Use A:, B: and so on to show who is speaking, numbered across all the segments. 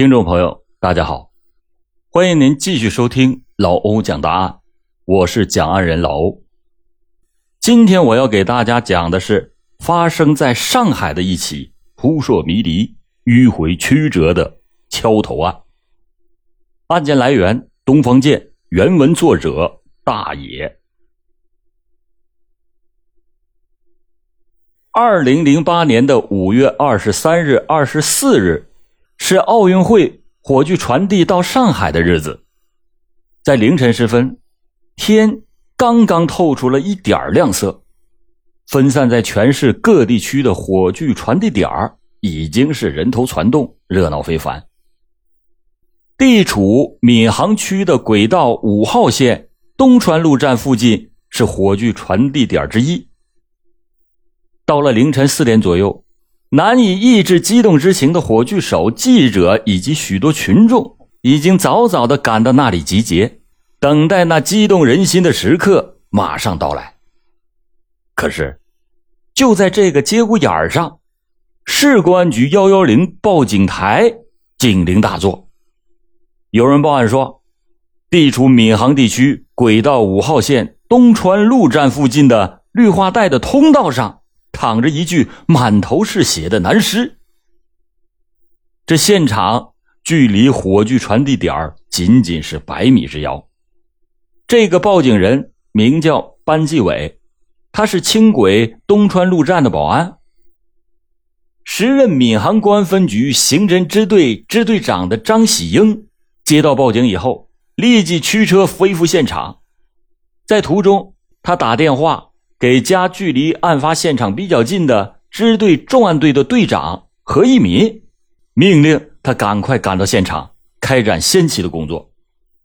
A: 听众朋友大家好，欢迎您继续收听老欧讲大案，我是讲案人老欧。今天我要给大家讲的是发生在上海的一起扑朔迷离、迂回曲折的敲头案。案件来源东方剑，原文作者大野。2008年的5月23日、24日是奥运会火炬传递到上海的日子。在凌晨时分，天刚刚透出了一点亮色，分散在全市各地区的火炬传递点已经是人头攒动，热闹非凡。地处闵行区的轨道5号线东川路站附近是火炬传递点之一。到了凌晨4点左右，难以抑制激动之情的火炬手、记者以及许多群众已经早早地赶到那里集结，等待那激动人心的时刻马上到来。可是就在这个节骨眼上，市公安局110报警台警铃大作。有人报案说，地处闵行地区轨道5号线东川路站附近的绿化带的通道上躺着一具满头是血的男尸。这现场距离火炬传递点仅仅是100米之遥。这个报警人名叫班继伟，他是轻轨东川路站的保安。时任闵行公安分局刑侦支队支队长的张喜英接到报警以后，立即驱车飞赴现场。在途中，他打电话给家距离案发现场比较近的支队重案队的队长何一民，命令他赶快赶到现场，开展先期的工作。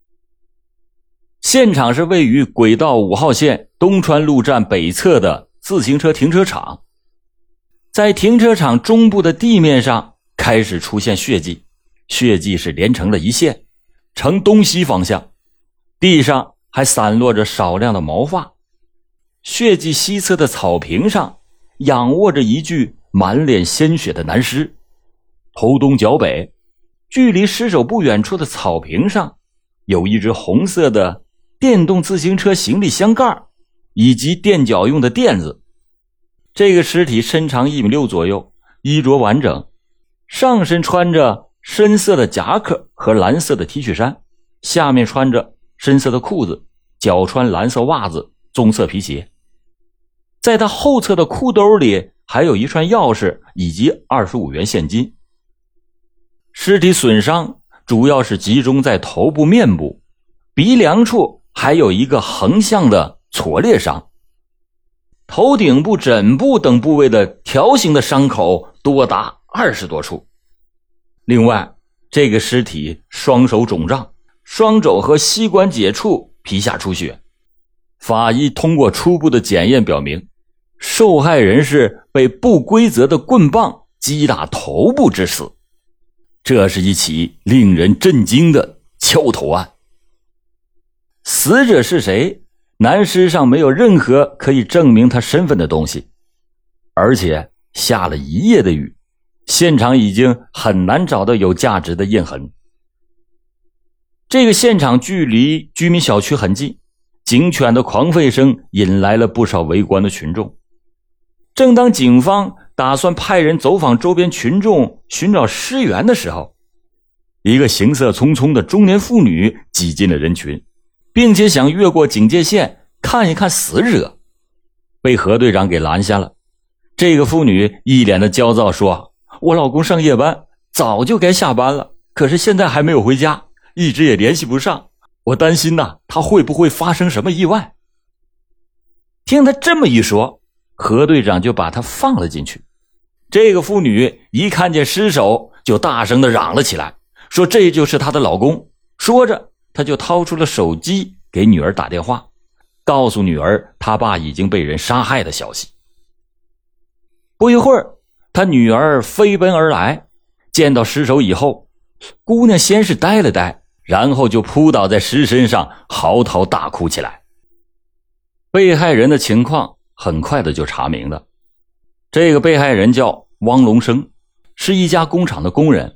A: 现场是位于轨道5号线东川路站北侧的自行车停车场。在停车场中部的地面上开始出现血迹，血迹是连成了一线，呈东西方向，地上还散落着少量的毛发。血迹西侧的草坪上仰卧着一具满脸鲜血的男尸，头东脚北，距离尸首不远处的草坪上有一只红色的电动自行车行李箱盖以及垫脚用的垫子。这个尸体身长1.6米左右，衣着完整，上身穿着深色的夹克和蓝色的 T 恤衫，下面穿着深色的裤子，脚穿蓝色袜子，棕色皮鞋。在他后侧的裤兜里还有一串钥匙以及25元现金。尸体损伤主要是集中在头部、面部，鼻梁处还有一个横向的挫裂伤。头顶部、枕部等部位的条形的伤口多达20多处。另外，这个尸体双手肿胀，双肘和膝关节处皮下出血。法医通过初步的检验表明，受害人是被不规则的棍棒击打头部致死。这是一起令人震惊的敲头案。死者是谁？男尸上没有任何可以证明他身份的东西，而且下了1夜的雨，现场已经很难找到有价值的印痕。这个现场距离居民小区很近，警犬的狂吠声引来了不少围观的群众。正当警方打算派人走访周边群众寻找尸源的时候，一个行色匆匆的中年妇女挤进了人群，并且想越过警戒线看一看死者，被何队长给拦下了。这个妇女一脸的焦躁说，我老公上夜班，早就该下班了，可是现在还没有回家，一直也联系不上，我担心他会不会发生什么意外。听他这么一说，何队长就把他放了进去。这个妇女一看见尸首就大声地嚷了起来，说这就是她的老公。说着他就掏出了手机给女儿打电话，告诉女儿他爸已经被人杀害的消息。不一会儿，他女儿飞奔而来，见到尸首以后，姑娘先是呆了呆，然后就扑倒在尸身上嚎啕大哭起来。被害人的情况很快的就查明了。这个被害人叫汪龙生，是一家工厂的工人，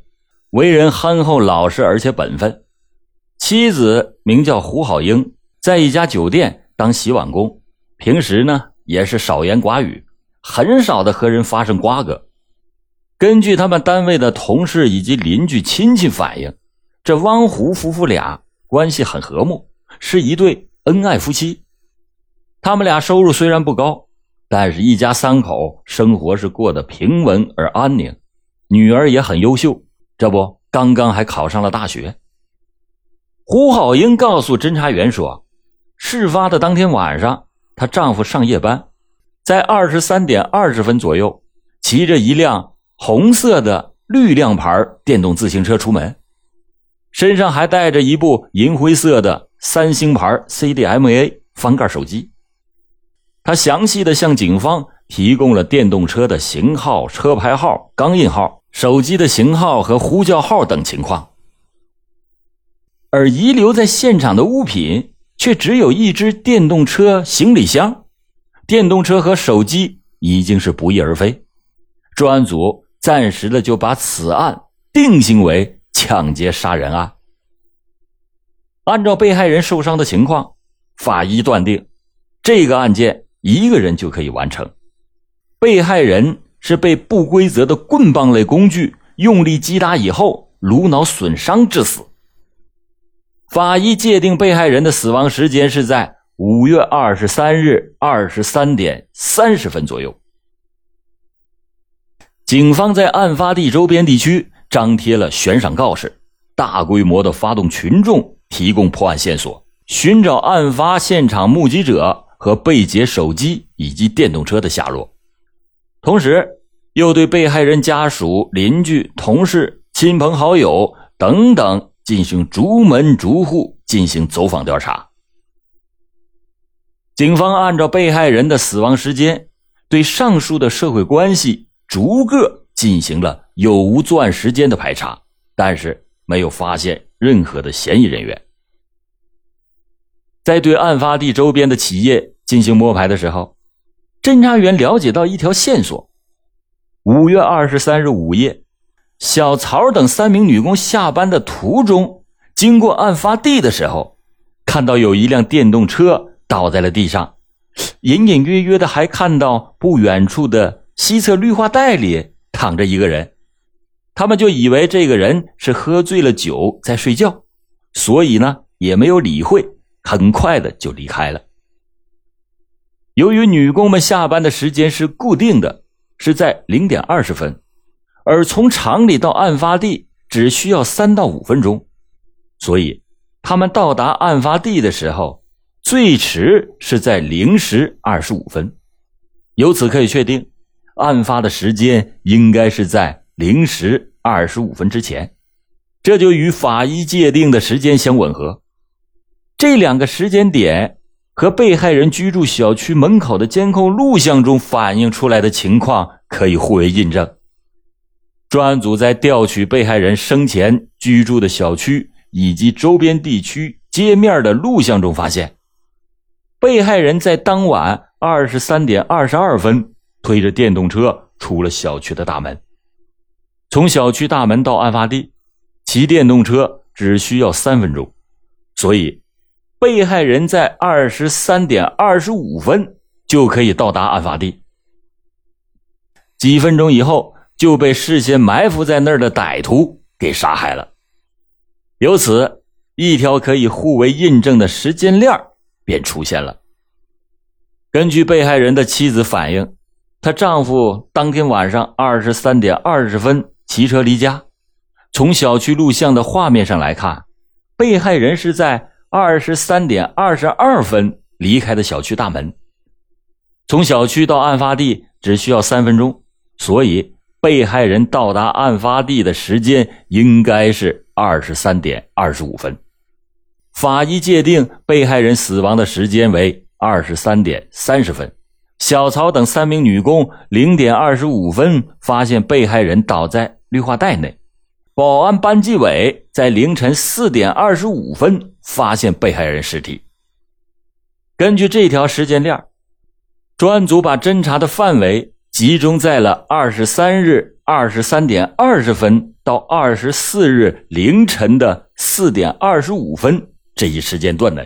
A: 为人憨厚老实而且本分。妻子名叫胡好英，在一家酒店当洗碗工，平时呢也是少言寡语，很少的和人发生瓜葛。根据他们单位的同事以及邻居亲戚反映，这汪胡夫妇俩关系很和睦，是一对恩爱夫妻。他们俩收入虽然不高，但是一家三口生活是过得平稳而安宁，女儿也很优秀，这不刚刚还考上了大学。胡好英告诉侦查员说，事发的当天晚上，她丈夫上夜班，在23点20分左右，骑着一辆红色的绿亮牌电动自行车出门，身上还带着一部银灰色的三星牌 CDMA 翻盖手机。他详细的向警方提供了电动车的型号、车牌号、钢印号、手机的型号和呼叫号等情况。而遗留在现场的物品却只有一只电动车行李箱，电动车和手机已经是不翼而飞。专案组暂时的就把此案定性为抢劫杀人案。按照被害人受伤的情况，法医断定这个案件一个人就可以完成。被害人是被不规则的棍棒类工具用力击打以后颅脑损伤致死。法医界定被害人的死亡时间是在5月23日23点30分左右。警方在案发地周边地区张贴了悬赏告示，大规模的发动群众提供破案线索，寻找案发现场目击者和被劫手机以及电动车的下落。同时又对被害人家属、邻居、同事、亲朋好友等等进行逐门逐户进行走访调查。警方按照被害人的死亡时间，对上述的社会关系逐个进行了有无作案时间的排查，但是没有发现任何的嫌疑人员。在对案发地周边的企业进行摸排的时候，侦查员了解到一条线索。5月23日午夜，小曹等3名女工下班的途中，经过案发地的时候，看到有一辆电动车倒在了地上，隐隐约约的还看到不远处的西侧绿化带里躺着一个人。他们就以为这个人是喝醉了酒在睡觉，所以呢也没有理会，很快的就离开了。由于女工们下班的时间是固定的，是在0点20分，而从厂里到案发地只需要3到5分钟，所以他们到达案发地的时候最迟是在0时25分。由此可以确定，案发的时间应该是在0时25分之前，这就与法医界定的时间相吻合。这两个时间点和被害人居住小区门口的监控录像中反映出来的情况可以互为印证。专案组在调取被害人生前居住的小区以及周边地区街面的录像中发现，被害人在当晚23点22分推着电动车出了小区的大门。从小区大门到案发地，骑电动车只需要3分钟，所以被害人在23点25分就可以到达案发地。几分钟以后就被事先埋伏在那儿的歹徒给杀害了。由此，一条可以互为印证的时间链便出现了。根据被害人的妻子反映，她丈夫当天晚上23点20分骑车离家。从小区录像的画面上来看，被害人是在23点22分离开的小区大门。从小区到案发地只需要3分钟，所以被害人到达案发地的时间应该是23点25分。法医界定被害人死亡的时间为23点30分。小曹等3名女工0点25分发现被害人倒在绿化带内。保安班纪委在凌晨4点25分发现被害人尸体。根据这条时间链，专案组把侦查的范围集中在了23日23点20分到到24日凌晨的4点25分这一时间段内。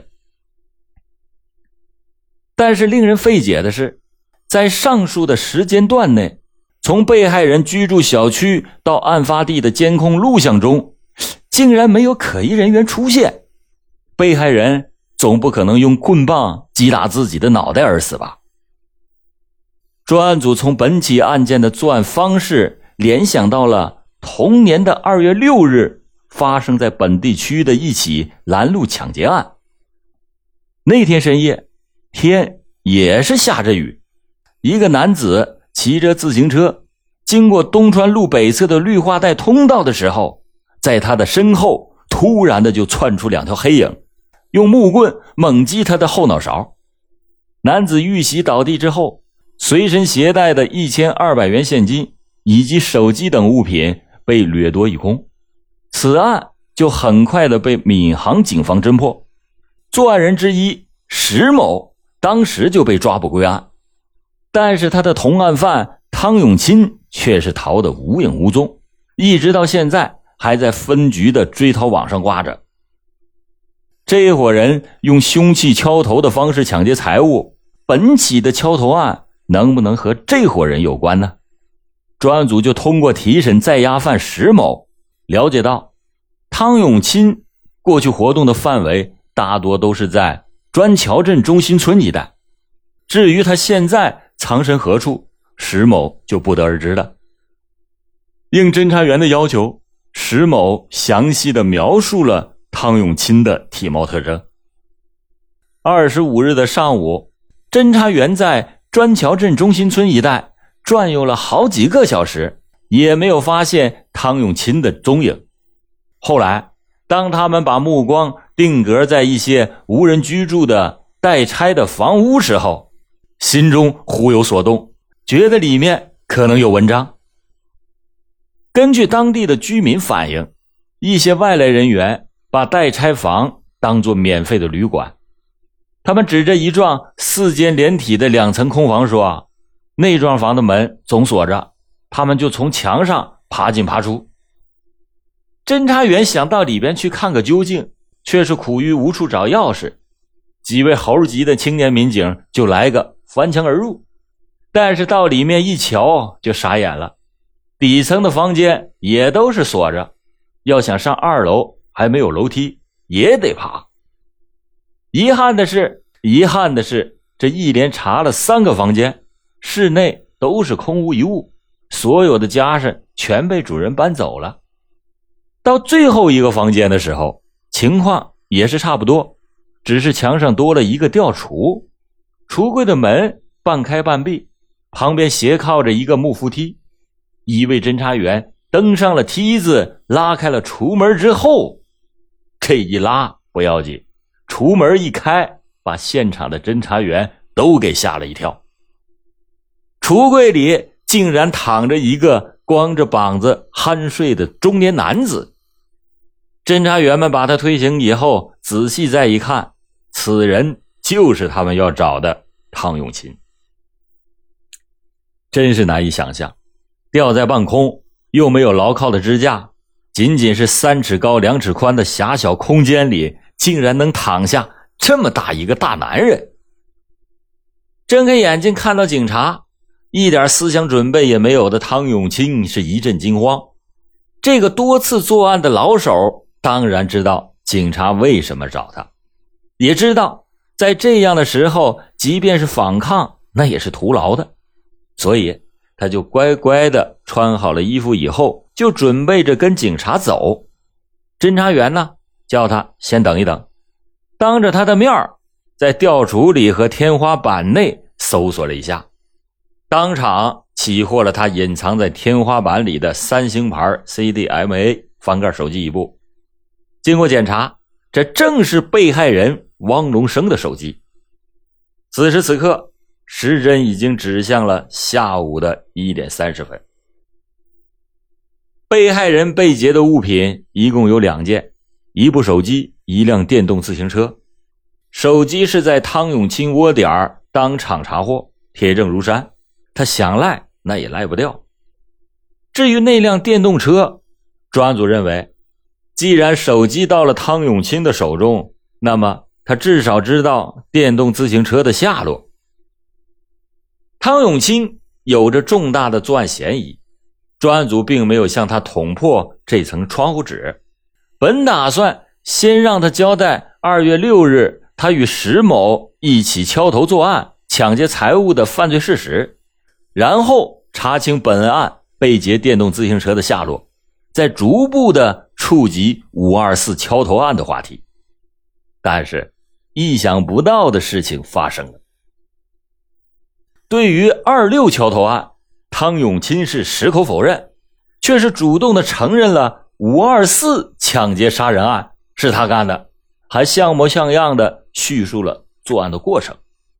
A: 但是令人费解的是，在上述的时间段内，从被害人居住小区到案发地的监控录像中，竟然没有可疑人员出现。被害人总不可能用棍棒击打自己的脑袋而死吧？专案组从本起案件的作案方式联想到了同年的2月6日发生在本地区的一起拦路抢劫案。那天深夜，天也是下着雨，一个男子骑着自行车经过东川路北侧的绿化带通道的时候，在他的身后突然的就窜出2条黑影，用木棍猛击他的后脑勺。男子遇袭倒地之后，随身携带的1200元现金以及手机等物品被掠夺一空。此案就很快的被闵行警方侦破，作案人之一石某当时就被抓捕归案，但是他的同案犯汤永钦却是逃得无影无踪，一直到现在还在分局的追逃网上挂着。这伙人用凶器敲头的方式抢劫财物，本起的敲头案能不能和这伙人有关呢？专案组就通过提审在押犯石某，了解到汤永钦过去活动的范围大多都是在砖桥镇中心村一带，至于他现在藏身何处，石某就不得而知了。应侦查员的要求，石某详细的描述了汤永钦的体貌特征。25日的上午，侦查员在砖桥镇中心村一带转悠了好几个小时，也没有发现汤永钦的踪影。后来当他们把目光定格在一些无人居住的待拆的房屋时候，心中忽有所动，觉得里面可能有文章。根据当地的居民反映，一些外来人员把待拆房当作免费的旅馆。他们指着一幢4间连体的2层空房说，那幢房的门总锁着，他们就从墙上爬进爬出。侦查员想到里边去看个究竟，却是苦于无处找钥匙。几位猴级的青年民警就来个翻墙而入，但是到里面一瞧就傻眼了，底层的房间也都是锁着，要想上2楼还没有楼梯，也得爬。遗憾的是，这一连查了3个房间，室内都是空无一物，所有的家什全被主人搬走了。到最后一个房间的时候，情况也是差不多，只是墙上多了一个吊橱，橱柜的门半开半闭，旁边斜靠着一个木扶梯。一位侦查员登上了梯子，拉开了橱门之后，这一拉不要紧，橱门一开，把现场的侦查员都给吓了一跳。橱柜里竟然躺着一个光着膀子酣睡的中年男子。侦查员们把他推醒以后，仔细再一看，此人就是他们要找的汤永钦。真是难以想象，吊在半空，又没有牢靠的支架，仅仅是3尺高2尺宽的狭小空间里，竟然能躺下这么大一个大男人。睁开眼睛看到警察，一点思想准备也没有的汤永钦是一阵惊慌。这个多次作案的老手当然知道警察为什么找他，也知道在这样的时候即便是反抗那也是徒劳的，所以他就乖乖的穿好了衣服以后，就准备着跟警察走。侦查员呢，叫他先等一等，当着他的面在吊橱里和天花板内搜索了一下，当场起获了他隐藏在天花板里的3星牌 CDMA 翻盖手机一部。经过检查，这正是被害人汪龙生的手机。此时此刻，时针已经指向了下午的1点30分。被害人被劫的物品一共有2件，一部手机，1辆电动自行车。手机是在汤永钦窝点当场查获，铁证如山，他想赖那也赖不掉。至于那辆电动车， 专案组认为，既然手机到了汤永清的手中，那么他至少知道电动自行车的下落。汤永清有着重大的作案嫌疑，专案组并没有向他捅破这层窗户纸，本打算先让他交代2月6日他与石某一起敲头作案抢劫财物的犯罪事实，然后查清本案被劫电动自行车的下落，再逐步的触及524敲头案的话题。但是意想不到的事情发生了。对于26敲头案，汤永清是矢口否认，却是主动的承认了524抢劫杀人案是他干的，还像模像样的叙述了作案的过程。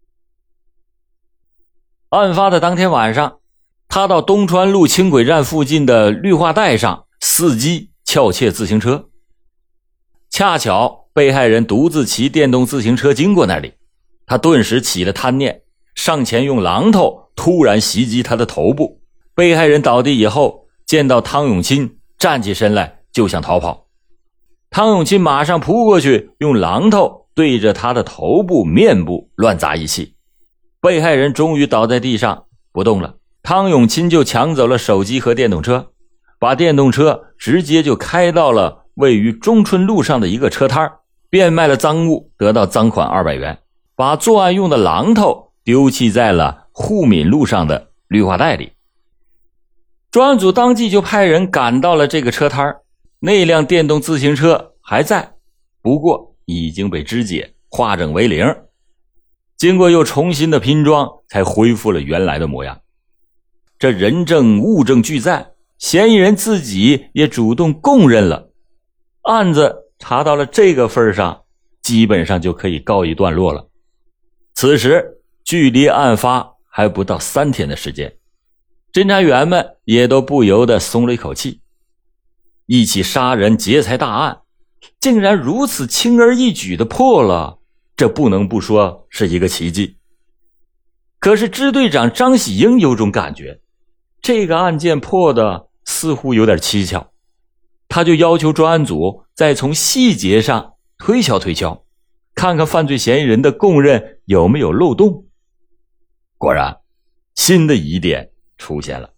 A: 案发的当天晚上，他到东川路轻轨站附近的绿化带上伺机撬窃自行车，恰巧被害人独自骑电动自行车经过那里，他顿时起了贪念，上前用榔头突然袭击他的头部。被害人倒地以后，见到汤永清站起身来就想逃跑，汤永清马上扑过去，用榔头对着他的头部面部乱砸一气。被害人终于倒在地上不动了，汤永清就抢走了手机和电动车，把电动车直接就开到了位于中春路上的一个车摊，变卖了赃物，得到赃款200元，把作案用的榔头丢弃在了沪闵路上的绿化带里。专案组当即就派人赶到了这个车摊，那辆电动自行车还在，不过已经被肢解，化整为零，经过又重新的拼装，才恢复了原来的模样。这人证物证俱在，嫌疑人自己也主动供认了，案子查到了这个份上，基本上就可以告一段落了。此时距离案发还不到3天的时间，侦查员们也都不由得松了一口气。一起杀人劫财大案竟然如此轻而易举地破了，这不能不说是一个奇迹。可是支队长张喜英有种感觉，这个案件破的似乎有点蹊跷，他就要求专案组再从细节上推敲推敲，看看犯罪嫌疑人的供认有没有漏洞。果然新的疑点出现了。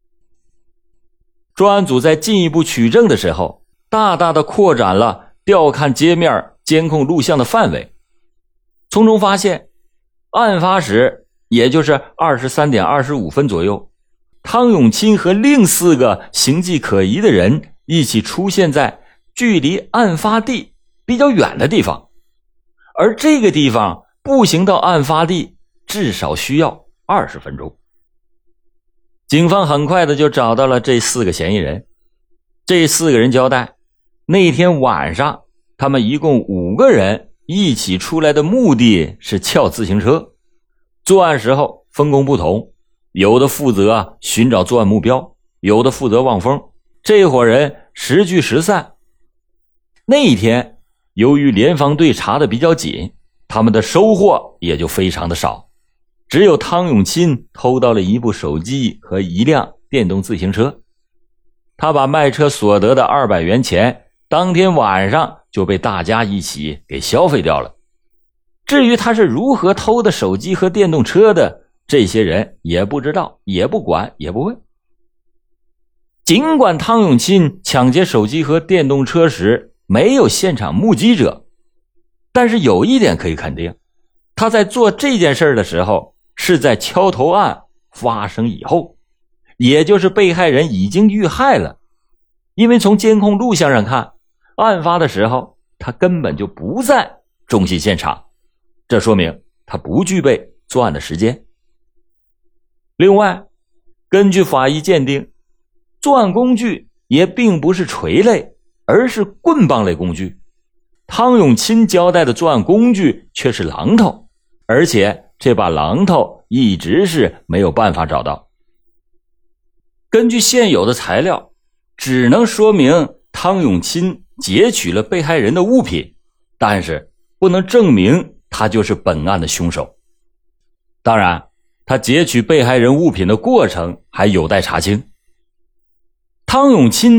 A: 专案组在进一步取证的时候，大大的扩展了调看街面监控录像的范围，从中发现案发时也就是23点25分左右，汤永清和另4个形迹可疑的人一起出现在距离案发地比较远的地方，而这个地方步行到案发地至少需要20分钟。警方很快的就找到了这4个嫌疑人。这4个人交代，那天晚上他们一共5个人一起出来的目的是撬自行车，作案时候分工不同，有的负责寻找作案目标，有的负责望风，这伙人时聚时散。那一天由于联防队查得比较紧，他们的收获也就非常的少，只有汤永清偷到了一部手机和一辆电动自行车。他把卖车所得的200元钱当天晚上就被大家一起给消费掉了。至于他是如何偷的手机和电动车的，这些人也不知道，也不管，也不问。尽管汤永清抢劫手机和电动车时没有现场目击者，但是有一点可以肯定，他在做这件事的时候是在敲头案发生以后，也就是被害人已经遇害了。因为从监控录像上看，案发的时候他根本就不在中心现场，这说明他不具备作案的时间。另外，根据法医鉴定，作案工具也并不是锤类，而是棍棒类工具。汤永清交代的作案工具却是榔头，而且这把榔头一直是没有办法找到。根据现有的材料，只能说明汤永清劫取了被害人的物品，但是不能证明他就是本案的凶手。当然，他劫取被害人物品的过程还有待查清。汤永清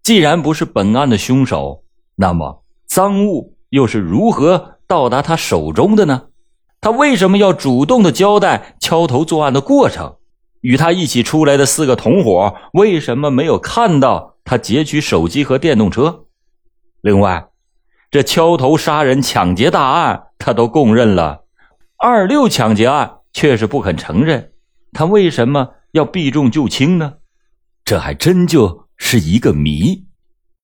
A: 既然不是本案的凶手，那么赃物又是如何到达他手中的呢？他为什么要主动的交代敲头作案的过程？与他一起出来的4个同伙为什么没有看到他劫取手机和电动车？另外，这敲头杀人抢劫大案他都供认了，26抢劫案却是不肯承认，他为什么要避重就轻呢？这还真就是一个谜。